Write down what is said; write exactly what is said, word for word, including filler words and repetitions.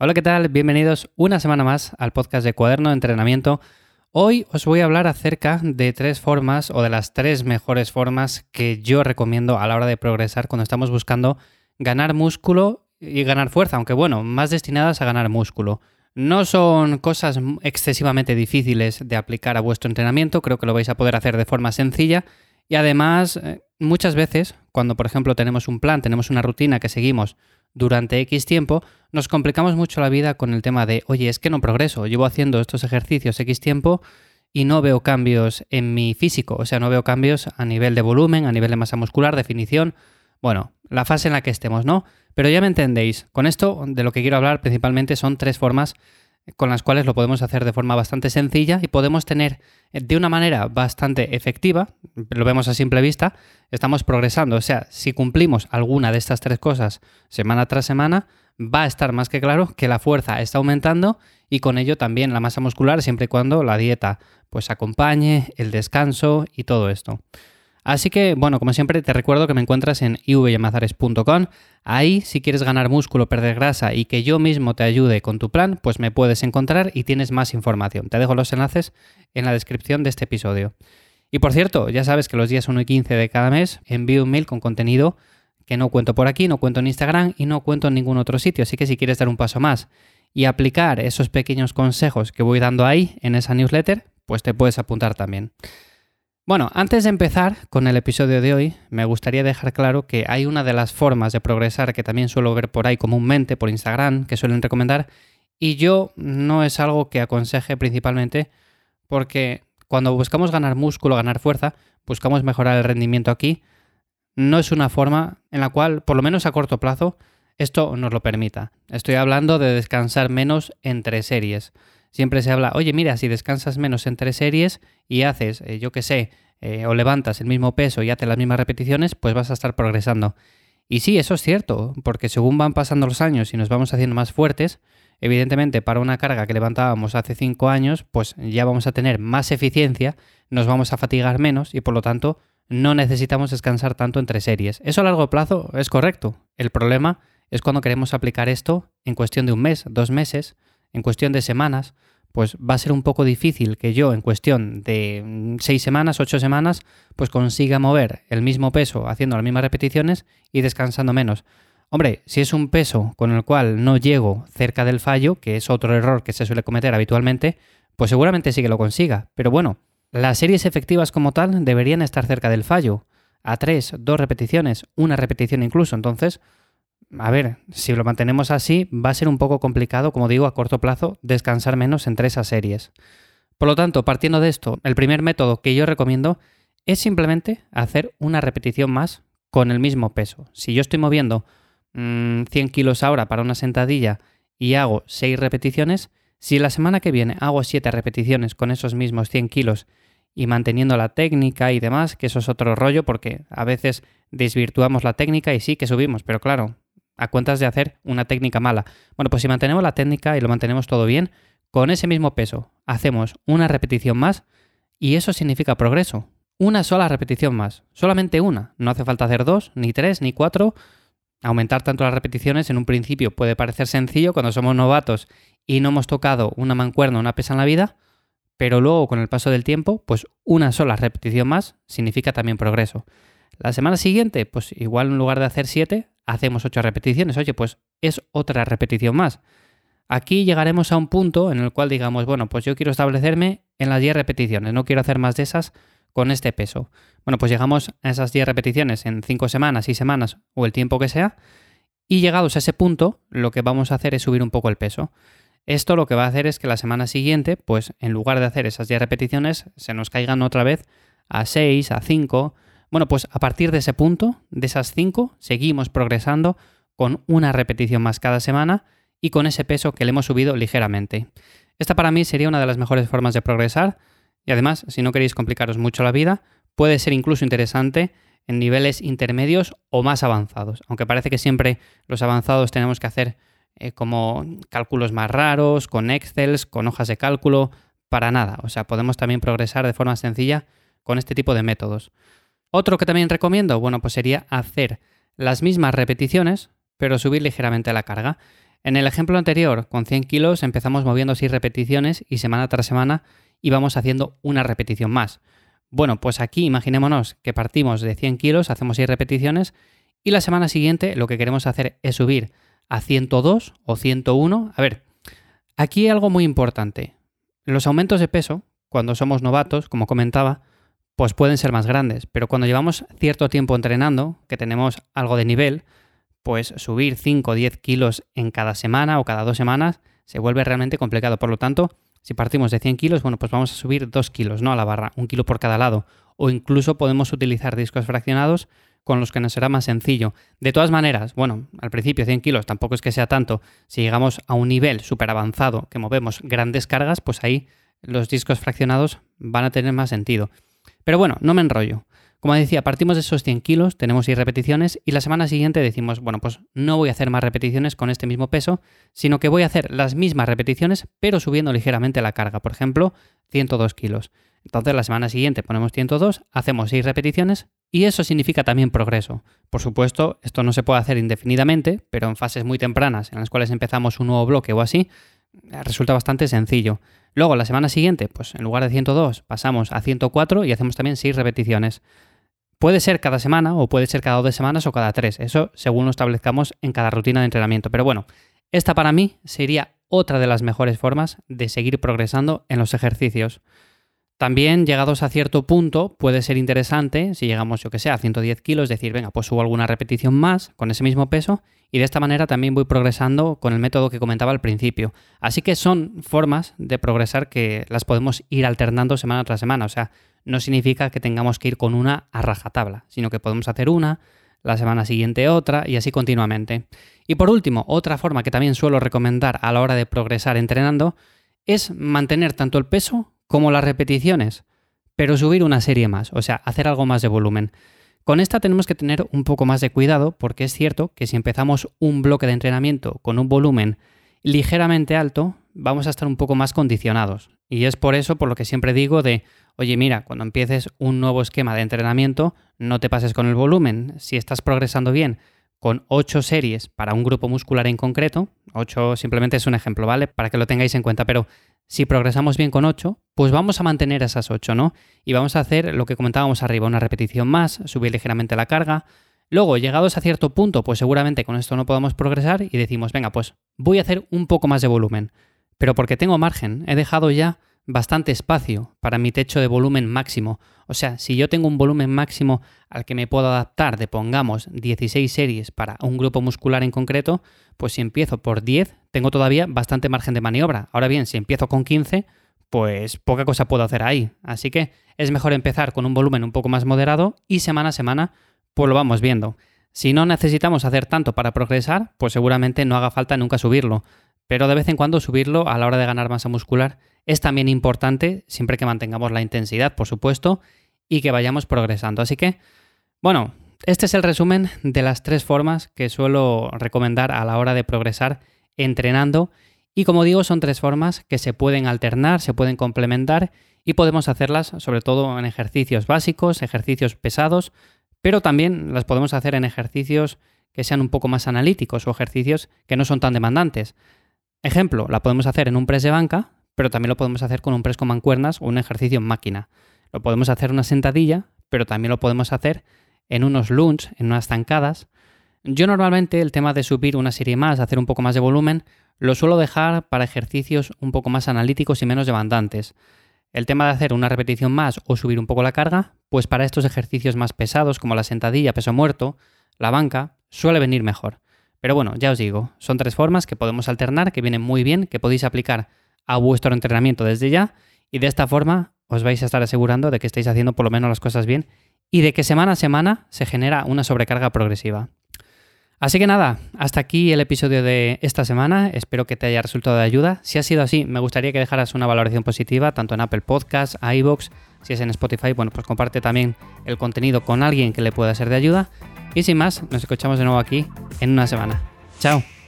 Hola, ¿qué tal? Bienvenidos una semana más al podcast de Cuaderno de Entrenamiento. Hoy os voy a hablar acerca de tres formas o de las tres mejores formas que yo recomiendo a la hora de progresar cuando estamos buscando ganar músculo y ganar fuerza, aunque bueno, más destinadas a ganar músculo. No son cosas excesivamente difíciles de aplicar a vuestro entrenamiento, creo que lo vais a poder hacer de forma sencilla y además muchas veces cuando por ejemplo tenemos un plan, tenemos una rutina que seguimos durante X tiempo, nos complicamos mucho la vida con el tema de, oye, es que no progreso, llevo haciendo estos ejercicios X tiempo y no veo cambios en mi físico, o sea, no veo cambios a nivel de volumen, a nivel de masa muscular, definición, bueno, la fase en la que estemos, ¿no? Pero ya me entendéis, con esto de lo que quiero hablar principalmente son tres formas con las cuales lo podemos hacer de forma bastante sencilla y podemos tener de una manera bastante efectiva, lo vemos a simple vista, estamos progresando, o sea, si cumplimos alguna de estas tres cosas semana tras semana, va a estar más que claro que la fuerza está aumentando y con ello también la masa muscular siempre y cuando la dieta pues acompañe, el descanso y todo esto. Así que, bueno, como siempre te recuerdo que me encuentras en i v llamazares punto com. Ahí, si quieres ganar músculo, perder grasa y que yo mismo te ayude con tu plan, pues me puedes encontrar y tienes más información. Te dejo los enlaces en la descripción de este episodio. Y por cierto, ya sabes que los días uno y quince de cada mes envío un mail con contenido que no cuento por aquí, no cuento en Instagram y no cuento en ningún otro sitio. Así que si quieres dar un paso más y aplicar esos pequeños consejos que voy dando ahí en esa newsletter, pues te puedes apuntar también. Bueno, antes de empezar con el episodio de hoy, me gustaría dejar claro que hay una de las formas de progresar que también suelo ver por ahí comúnmente, por Instagram, que suelen recomendar, y yo no es algo que aconseje principalmente porque cuando buscamos ganar músculo, ganar fuerza, buscamos mejorar el rendimiento aquí, no es una forma en la cual, por lo menos a corto plazo, esto nos lo permita. Estoy hablando de descansar menos entre series. Siempre se habla, oye, mira, si descansas menos entre series y haces, eh, yo qué sé, eh, o levantas el mismo peso y haces las mismas repeticiones, pues vas a estar progresando. Y sí, eso es cierto, porque según van pasando los años y nos vamos haciendo más fuertes, evidentemente para una carga que levantábamos hace cinco años, pues ya vamos a tener más eficiencia, nos vamos a fatigar menos y por lo tanto no necesitamos descansar tanto entre series. Eso a largo plazo es correcto. El problema es cuando queremos aplicar esto en cuestión de un mes, dos meses, en cuestión de semanas, pues va a ser un poco difícil que yo en cuestión de seis semanas, ocho semanas, pues consiga mover el mismo peso haciendo las mismas repeticiones y descansando menos. Hombre, si es un peso con el cual no llego cerca del fallo, que es otro error que se suele cometer habitualmente, pues seguramente sí que lo consiga. Pero bueno, las series efectivas como tal deberían estar cerca del fallo. A tres, dos repeticiones, una repetición incluso. Entonces, a ver, si lo mantenemos así, va a ser un poco complicado, como digo, a corto plazo, descansar menos entre esas series. Por lo tanto, partiendo de esto, el primer método que yo recomiendo es simplemente hacer una repetición más con el mismo peso. Si yo estoy moviendo mmm, cien kilos ahora para una sentadilla y hago seis repeticiones, si la semana que viene hago siete repeticiones con esos mismos cien kilos y manteniendo la técnica y demás, que eso es otro rollo porque a veces desvirtuamos la técnica y sí que subimos, pero claro, a cuentas de hacer una técnica mala. Bueno, pues si mantenemos la técnica y lo mantenemos todo bien, con ese mismo peso hacemos una repetición más y eso significa progreso. Una sola repetición más, solamente una. No hace falta hacer dos, ni tres, ni cuatro. Aumentar tanto las repeticiones en un principio puede parecer sencillo cuando somos novatos y no hemos tocado una mancuerna o una pesa en la vida, pero luego con el paso del tiempo, pues una sola repetición más significa también progreso. La semana siguiente, pues igual en lugar de hacer siete, hacemos ocho repeticiones. Oye, pues es otra repetición más. Aquí llegaremos a un punto en el cual digamos, bueno, pues yo quiero establecerme en las diez repeticiones, no quiero hacer más de esas con este peso. Bueno, pues llegamos a esas diez repeticiones en cinco semanas, seis semanas o el tiempo que sea y llegados a ese punto, lo que vamos a hacer es subir un poco el peso. Esto lo que va a hacer es que la semana siguiente, pues en lugar de hacer esas diez repeticiones, se nos caigan otra vez a seis, a cinco. Bueno, pues a partir de ese punto, de esas cinco, seguimos progresando con una repetición más cada semana y con ese peso que le hemos subido ligeramente. Esta para mí sería una de las mejores formas de progresar y además, si no queréis complicaros mucho la vida, puede ser incluso interesante en niveles intermedios o más avanzados. Aunque parece que siempre los avanzados tenemos que hacer eh, como cálculos más raros, con Excel, con hojas de cálculo, para nada. O sea, podemos también progresar de forma sencilla con este tipo de métodos. Otro que también recomiendo, bueno, pues sería hacer las mismas repeticiones, pero subir ligeramente la carga. En el ejemplo anterior, con cien kilos empezamos moviendo seis repeticiones y semana tras semana íbamos haciendo una repetición más. Bueno, pues aquí imaginémonos que partimos de cien kilos, hacemos seis repeticiones y la semana siguiente lo que queremos hacer es subir a ciento dos o ciento uno. A ver, aquí hay algo muy importante. Los aumentos de peso, cuando somos novatos, como comentaba, pues pueden ser más grandes, pero cuando llevamos cierto tiempo entrenando, que tenemos algo de nivel, pues subir cinco o diez kilos en cada semana o cada dos semanas se vuelve realmente complicado. Por lo tanto, si partimos de cien kilos, bueno, pues vamos a subir dos kilos, ¿no? A la barra, un kilo por cada lado. O incluso podemos utilizar discos fraccionados con los que nos será más sencillo. De todas maneras, bueno, al principio cien kilos tampoco es que sea tanto. Si llegamos a un nivel súper avanzado que movemos grandes cargas, pues ahí los discos fraccionados van a tener más sentido. Pero bueno, no me enrollo. Como decía, partimos de esos cien kilos, tenemos seis repeticiones y la semana siguiente decimos, bueno, pues no voy a hacer más repeticiones con este mismo peso, sino que voy a hacer las mismas repeticiones, pero subiendo ligeramente la carga. Por ejemplo, ciento dos kilos. Entonces la semana siguiente ponemos ciento dos, hacemos seis repeticiones y eso significa también progreso. Por supuesto, esto no se puede hacer indefinidamente, pero en fases muy tempranas en las cuales empezamos un nuevo bloque o así, resulta bastante sencillo. Luego, la semana siguiente, pues en lugar de ciento dos, pasamos a ciento cuatro y hacemos también seis repeticiones. Puede ser cada semana o puede ser cada dos semanas o cada tres, eso según lo establezcamos en cada rutina de entrenamiento. Pero bueno, esta para mí sería otra de las mejores formas de seguir progresando en los ejercicios. También, llegados a cierto punto, puede ser interesante, si llegamos, yo que sé, a ciento diez kilos, decir, venga, pues subo alguna repetición más con ese mismo peso y de esta manera también voy progresando con el método que comentaba al principio. Así que son formas de progresar que las podemos ir alternando semana tras semana. O sea, no significa que tengamos que ir con una a rajatabla, sino que podemos hacer una, la semana siguiente otra y así continuamente. Y por último, otra forma que también suelo recomendar a la hora de progresar entrenando es mantener tanto el peso como las repeticiones, pero subir una serie más, o sea, hacer algo más de volumen. Con esta tenemos que tener un poco más de cuidado porque es cierto que si empezamos un bloque de entrenamiento con un volumen ligeramente alto, vamos a estar un poco más condicionados. Y es por eso por lo que siempre digo de, oye, mira, cuando empieces un nuevo esquema de entrenamiento, no te pases con el volumen. Si estás progresando bien con ocho series para un grupo muscular en concreto, ocho simplemente es un ejemplo, ¿vale? Para que lo tengáis en cuenta, pero si progresamos bien con ocho, pues vamos a mantener esas ocho, ¿no? Y vamos a hacer lo que comentábamos arriba, una repetición más, subir ligeramente la carga. Luego, llegados a cierto punto, pues seguramente con esto no podamos progresar y decimos, venga, pues voy a hacer un poco más de volumen. Pero porque tengo margen, he dejado ya bastante espacio para mi techo de volumen máximo. O sea, si yo tengo un volumen máximo al que me puedo adaptar de, pongamos, dieciséis series para un grupo muscular en concreto, pues si empiezo por diez, tengo todavía bastante margen de maniobra. Ahora bien, si empiezo con quince, pues poca cosa puedo hacer ahí. Así que es mejor empezar con un volumen un poco más moderado y semana a semana pues lo vamos viendo. Si no necesitamos hacer tanto para progresar, pues seguramente no haga falta nunca subirlo. Pero de vez en cuando subirlo a la hora de ganar masa muscular es también importante, siempre que mantengamos la intensidad, por supuesto, y que vayamos progresando. Así que, bueno, este es el resumen de las tres formas que suelo recomendar a la hora de progresar entrenando. Y como digo, son tres formas que se pueden alternar, se pueden complementar y podemos hacerlas sobre todo en ejercicios básicos, ejercicios pesados, pero también las podemos hacer en ejercicios que sean un poco más analíticos o ejercicios que no son tan demandantes. Ejemplo, la podemos hacer en un press de banca, pero también lo podemos hacer con un press con mancuernas o un ejercicio en máquina. Lo podemos hacer en una sentadilla, pero también lo podemos hacer en unos lunges, en unas zancadas. Yo normalmente el tema de subir una serie más, hacer un poco más de volumen, lo suelo dejar para ejercicios un poco más analíticos y menos demandantes. El tema de hacer una repetición más o subir un poco la carga, pues para estos ejercicios más pesados como la sentadilla, peso muerto, la banca, suele venir mejor. Pero bueno, ya os digo, son tres formas que podemos alternar, que vienen muy bien, que podéis aplicar a vuestro entrenamiento desde ya y de esta forma os vais a estar asegurando de que estáis haciendo por lo menos las cosas bien y de que semana a semana se genera una sobrecarga progresiva. Así que nada, hasta aquí el episodio de esta semana, espero que te haya resultado de ayuda. Si ha sido así, me gustaría que dejaras una valoración positiva, tanto en Apple Podcasts, iVoox, si es en Spotify, bueno, pues comparte también el contenido con alguien que le pueda ser de ayuda. Y sin más, nos escuchamos de nuevo aquí en una semana. ¡Chao!